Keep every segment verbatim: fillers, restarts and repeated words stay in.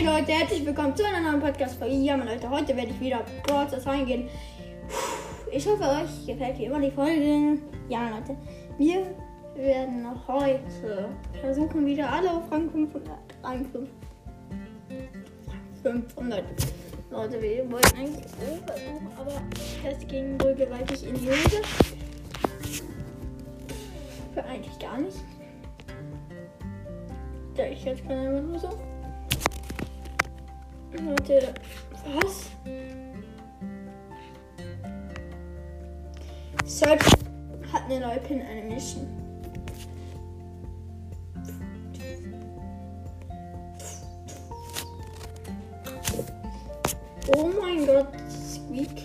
Hey Leute, herzlich willkommen zu einer neuen Podcast-Folge. Ja, meine Leute, heute werde ich wieder Brawl Stars reingehen. Ich hoffe, euch gefällt wie immer die Folge. Ja, meine Leute, wir werden heute versuchen, wieder alle auf Rang fünfhundert. Rang fünfhundert. Leute, wir wollten eigentlich versuchen, aber das ging wohl gewaltig in die Hose. Für eigentlich gar nicht. Da ich jetzt kann einfach nur so. Leute, was? Search hat eine neue Pin-Animation. Oh mein Gott, Squeak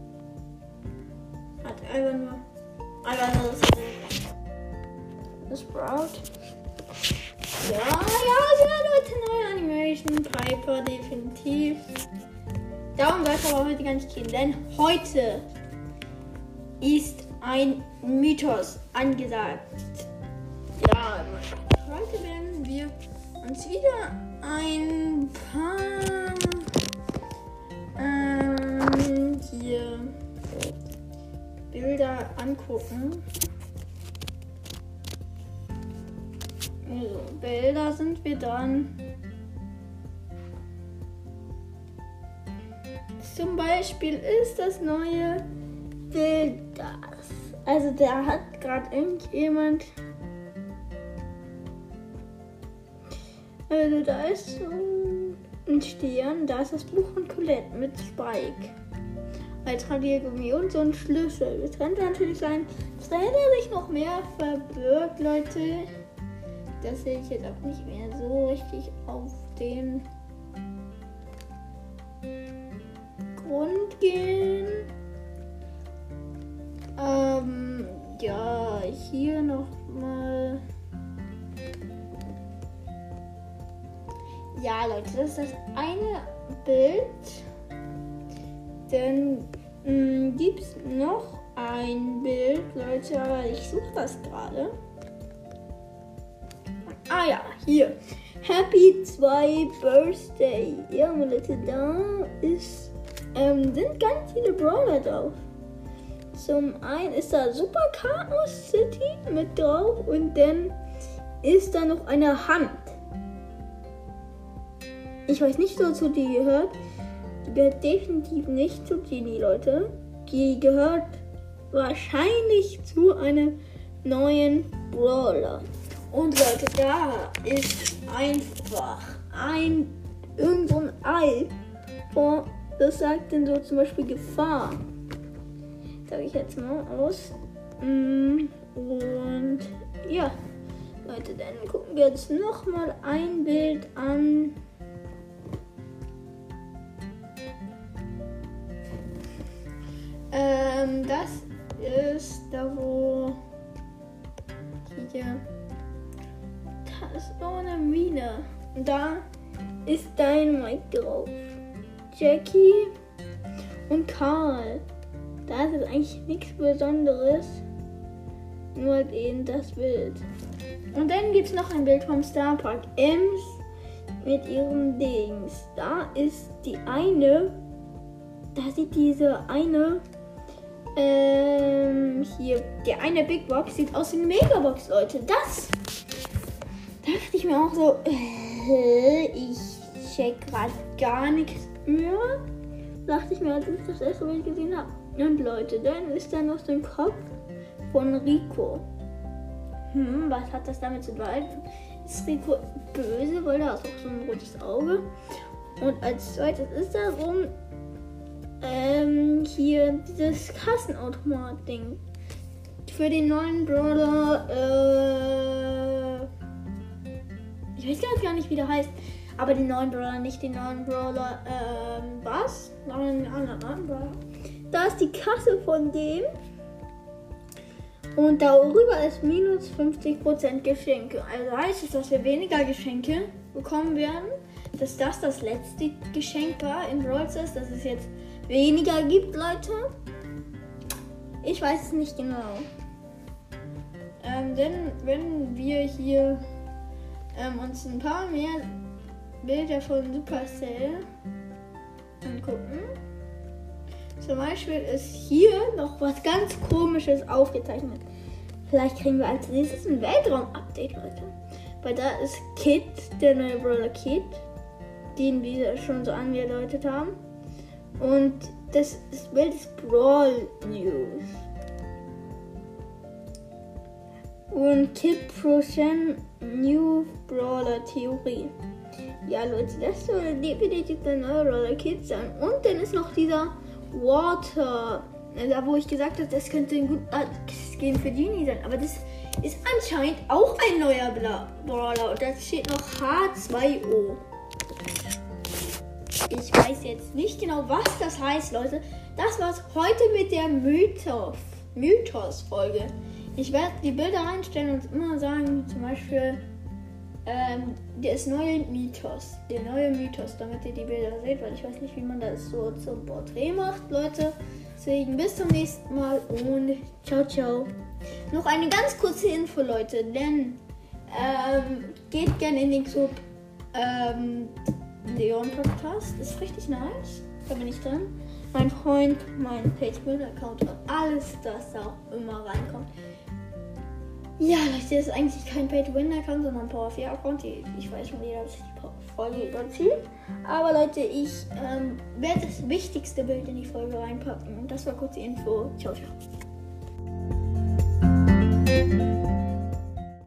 hat einfach nur einfach nur das, das Sprout. Ja, ja, ja, Leute, neue Animation, Piper, definitiv. Darum soll es aber heute gar nicht gehen, denn heute ist ein Mythos angesagt. Ja, heute werden wir uns wieder ein paar ähm, hier Bilder angucken. Also, Bilder sind wir dran. Zum Beispiel ist das neue Bild das. Also da hat gerade irgendjemand. Also da ist so ein Stern, da ist das Buch von Colette mit Spike als Radiergummi und so ein Schlüssel. Es könnte natürlich sein, dass dahinter sich noch mehr verbirgt, Leute. Das sehe ich jetzt auch nicht mehr so richtig auf den Grund gehen. Ähm, ja, hier nochmal. Ja, Leute, das ist das eine Bild. Dann gibt es noch ein Bild, Leute, aber ich suche das gerade. Ah ja, hier. Happy zwei Birthday. Ja, meine Leute, da ist, ähm, sind ganz viele Brawler drauf. Zum einen ist da Super Chaos City mit drauf und dann ist da noch eine Hand. Ich weiß nicht, wozu die gehört. Die gehört definitiv nicht zu Genie, Leute. Die gehört wahrscheinlich zu einem neuen Brawler. Und Leute, da ist einfach ein irgendwo ein Ei. Oh, das sagt dann so zum Beispiel Gefahr. Sage ich jetzt mal aus. Und ja, Leute, dann gucken wir jetzt nochmal ein Bild an. Ähm, das ist da, wo hier. Da ist noch eine Mine. Und da ist Dynamite drauf. Jackie und Karl. Da ist jetzt eigentlich nichts Besonderes. Nur eben das Bild. Und dann gibt es noch ein Bild vom Star Park. Ems mit ihrem Dings. Da ist die eine. Da sieht diese eine. Ähm, hier. Der eine Big Box sieht aus wie eine Megabox, Leute. Das dachte ich mir auch so. Äh, ich check gerade gar nichts mehr. Dachte ich mir, als ich das erste Bild gesehen habe. Und Leute, dann ist da noch so ein Kopf von Rico. Hm, was hat das damit zu tun? Ist Rico böse, weil da ist auch so ein rotes Auge. Und als zweites ist da so ein ähm, hier dieses Kassenautomat-Ding. Für den neuen Brawler, äh, ich weiß gerade gar nicht, wie der heißt. Aber den neuen Brawler, nicht den neuen Brawler, ähm, was? Sondern den anderen Brawler. Da ist die Kasse von dem. Und darüber ist minus fünfzig Prozent Geschenke. Also heißt es, dass wir weniger Geschenke bekommen werden. Dass das das letzte Geschenk war in Brawl Stars. Dass es jetzt weniger gibt, Leute. Ich weiß es nicht genau. Ähm, denn wenn wir hier ähm, uns ein paar mehr Bilder von Supercell angucken. Zum Beispiel ist hier noch was ganz Komisches aufgezeichnet. Vielleicht kriegen wir als nächstes ein Weltraum-Update, Leute. Weil da ist Kid, der neue Brawler Kid, den wir schon so angedeutet haben. Und das, das Bild ist Brawl News. Und Kid Prochen New Brawler Theorie. Ja, Leute, das soll definitiv der neue Brawler Kid sein. Und dann ist noch dieser Water, da wo ich gesagt habe, das könnte ein guter Skin für Genie sein. Aber das ist anscheinend auch ein neuer Brawler. Und da steht noch H zwei O. Ich weiß jetzt nicht genau, was das heißt, Leute. Das war's heute mit der Mythos, Mythos-Folge. Ich werde die Bilder reinstellen und immer sagen, zum Beispiel, ähm, das neue Mythos. Der neue Mythos, damit ihr die Bilder seht, weil ich weiß nicht, wie man das so zum Porträt macht, Leute. Deswegen bis zum nächsten Mal und ciao, ciao. Noch eine ganz kurze Info, Leute, denn ähm, geht gerne in den Club ähm, Leon Podcast. Ist richtig nice. Da bin ich drin. Mein Freund, mein Page-Builder-Account und alles, das da auch immer reinkommt. Ja, Leute, das ist eigentlich kein Pay-to-Win-Account, sondern ein Power vier Account. Ich weiß schon wieder, dass ich die Folge überziehe. Aber Leute, ich ähm, werde das wichtigste Bild in die Folge reinpacken. Und das war kurz die Info. Ciao, ciao.